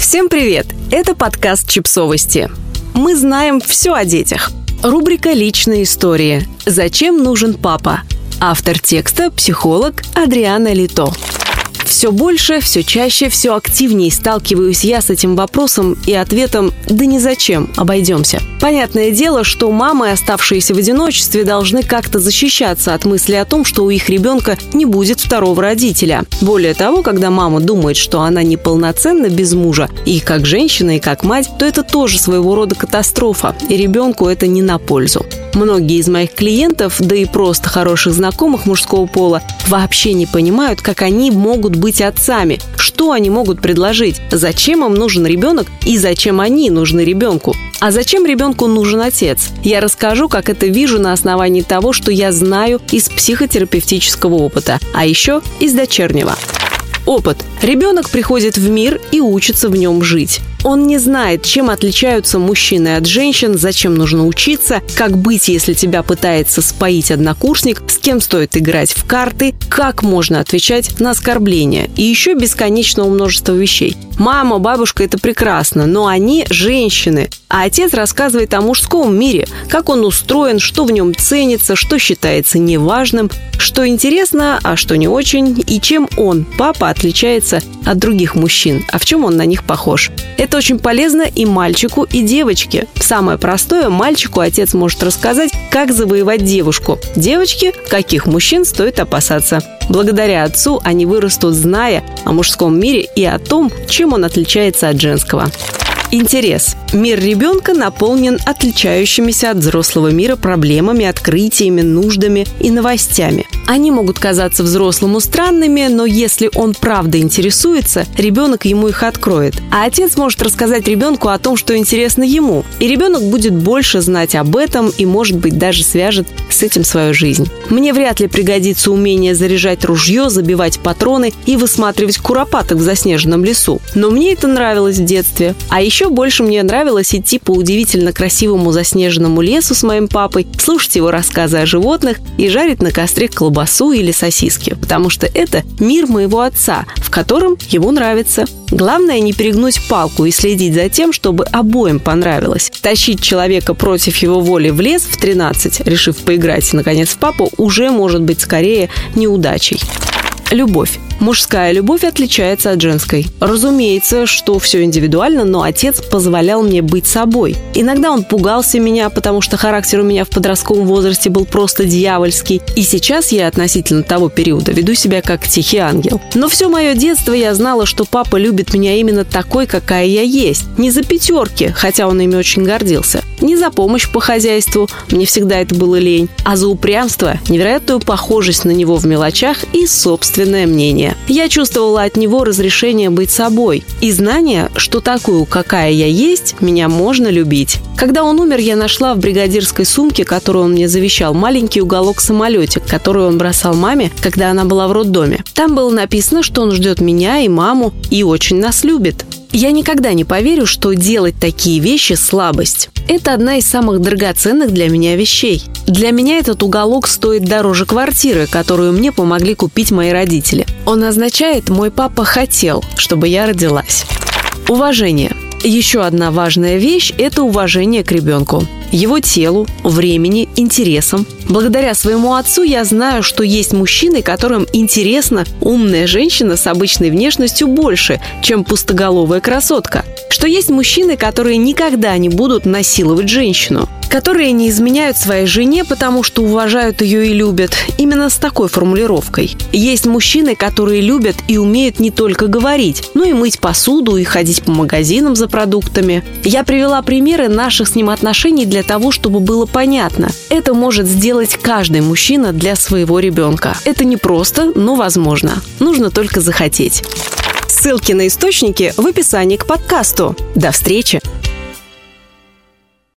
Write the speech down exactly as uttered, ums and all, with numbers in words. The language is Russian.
Всем привет! Это подкаст «Чипсовости». Мы знаем все о детях. Рубрика «Личные истории». Зачем нужен папа? Автор текста – психолог Адриана Лито. Все больше, все чаще, все активнее сталкиваюсь я с этим вопросом и ответом «да ни зачем, обойдемся». Понятное дело, что мамы, оставшиеся в одиночестве, должны как-то защищаться от мысли о том, что у их ребенка не будет второго родителя. Более того, когда мама думает, что она неполноценна без мужа, и как женщина, и как мать, то это тоже своего рода катастрофа, и ребенку это не на пользу. Многие из моих клиентов, да и просто хороших знакомых мужского пола, вообще не понимают, как они могут быть отцами, что они могут предложить, зачем им нужен ребенок и зачем они нужны ребенку. А зачем ребенку нужен отец? Я расскажу, как это вижу на основании того, что я знаю из психотерапевтического опыта, а еще из дочернего. Опыт. Ребенок приходит в мир и учится в нем жить. Он не знает, чем отличаются мужчины от женщин, зачем нужно учиться, как быть, если тебя пытается споить однокурсник, с кем стоит играть в карты, как можно отвечать на оскорбления и еще бесконечного множества вещей. Мама, бабушка – это прекрасно, но они женщины. А отец рассказывает о мужском мире, как он устроен, что в нем ценится, что считается неважным, что интересно, а что не очень, и чем он, папа, отличается от других мужчин, а в чем он на них похож. Это очень полезно и мальчику, и девочке. Самое простое, мальчику отец может рассказать, как завоевать девушку. Девочке, каких мужчин стоит опасаться. Благодаря отцу они вырастут, зная о мужском мире и о том, чем он отличается от женского. Интерес. Мир ребенка наполнен отличающимися от взрослого мира проблемами, открытиями, нуждами и новостями. Они могут казаться взрослому странными, но если он правда интересуется, ребенок ему их откроет. А отец может рассказать ребенку о том, что интересно ему. И ребенок будет больше знать об этом и, может быть, даже свяжет с этим свою жизнь. Мне вряд ли пригодится умение заряжать ружье, забивать патроны и высматривать куропаток в заснеженном лесу. Но мне это нравилось в детстве. А еще Еще больше мне нравилось идти по удивительно красивому заснеженному лесу с моим папой, слушать его рассказы о животных и жарить на костре колбасу или сосиски, потому что это мир моего отца, в котором ему нравится. Главное не перегнуть палку и следить за тем, чтобы обоим понравилось. Тащить человека против его воли в лес в тринадцать, решив поиграть, наконец, в папу, уже может быть скорее неудачей. Любовь. Мужская любовь отличается от женской. Разумеется, что все индивидуально, но отец позволял мне быть собой. Иногда он пугался меня, потому что характер у меня в подростковом возрасте был просто дьявольский. И сейчас я относительно того периода веду себя как тихий ангел. Но все мое детство я знала, что папа любит меня именно такой, какая я есть. Не за пятерки, хотя он ими очень гордился. Не за помощь по хозяйству, мне всегда это было лень. А за упрямство, невероятную похожесть на него в мелочах и собственное мнение. Я чувствовала от него разрешение быть собой и знание, что такую, какая я есть, меня можно любить. Когда он умер, я нашла в бригадирской сумке, которую он мне завещал, маленький уголок-самолетик, который он бросал маме, когда она была в роддоме. Там было написано, что он ждет меня и маму и очень нас любит. Я никогда не поверю, что делать такие вещи – слабость. Это одна из самых драгоценных для меня вещей. Для меня этот уголок стоит дороже квартиры, которую мне помогли купить мои родители. Он означает «мой папа хотел, чтобы я родилась». Уважение. Еще одна важная вещь – это уважение к ребенку. Его телу, времени, интересам. Благодаря своему отцу я знаю, что есть мужчины, которым интересна умная женщина с обычной внешностью больше, чем пустоголовая красотка. Что есть мужчины, которые никогда не будут насиловать женщину. Которые не изменяют своей жене, потому что уважают ее и любят. Именно с такой формулировкой. Есть мужчины, которые любят и умеют не только говорить, но и мыть посуду и ходить по магазинам за продуктами. Я привела примеры наших с ним отношений для того, чтобы было понятно. Это может сделать каждый мужчина для своего ребенка. Это непросто, но возможно. Нужно только захотеть. Ссылки на источники в описании к подкасту. До встречи!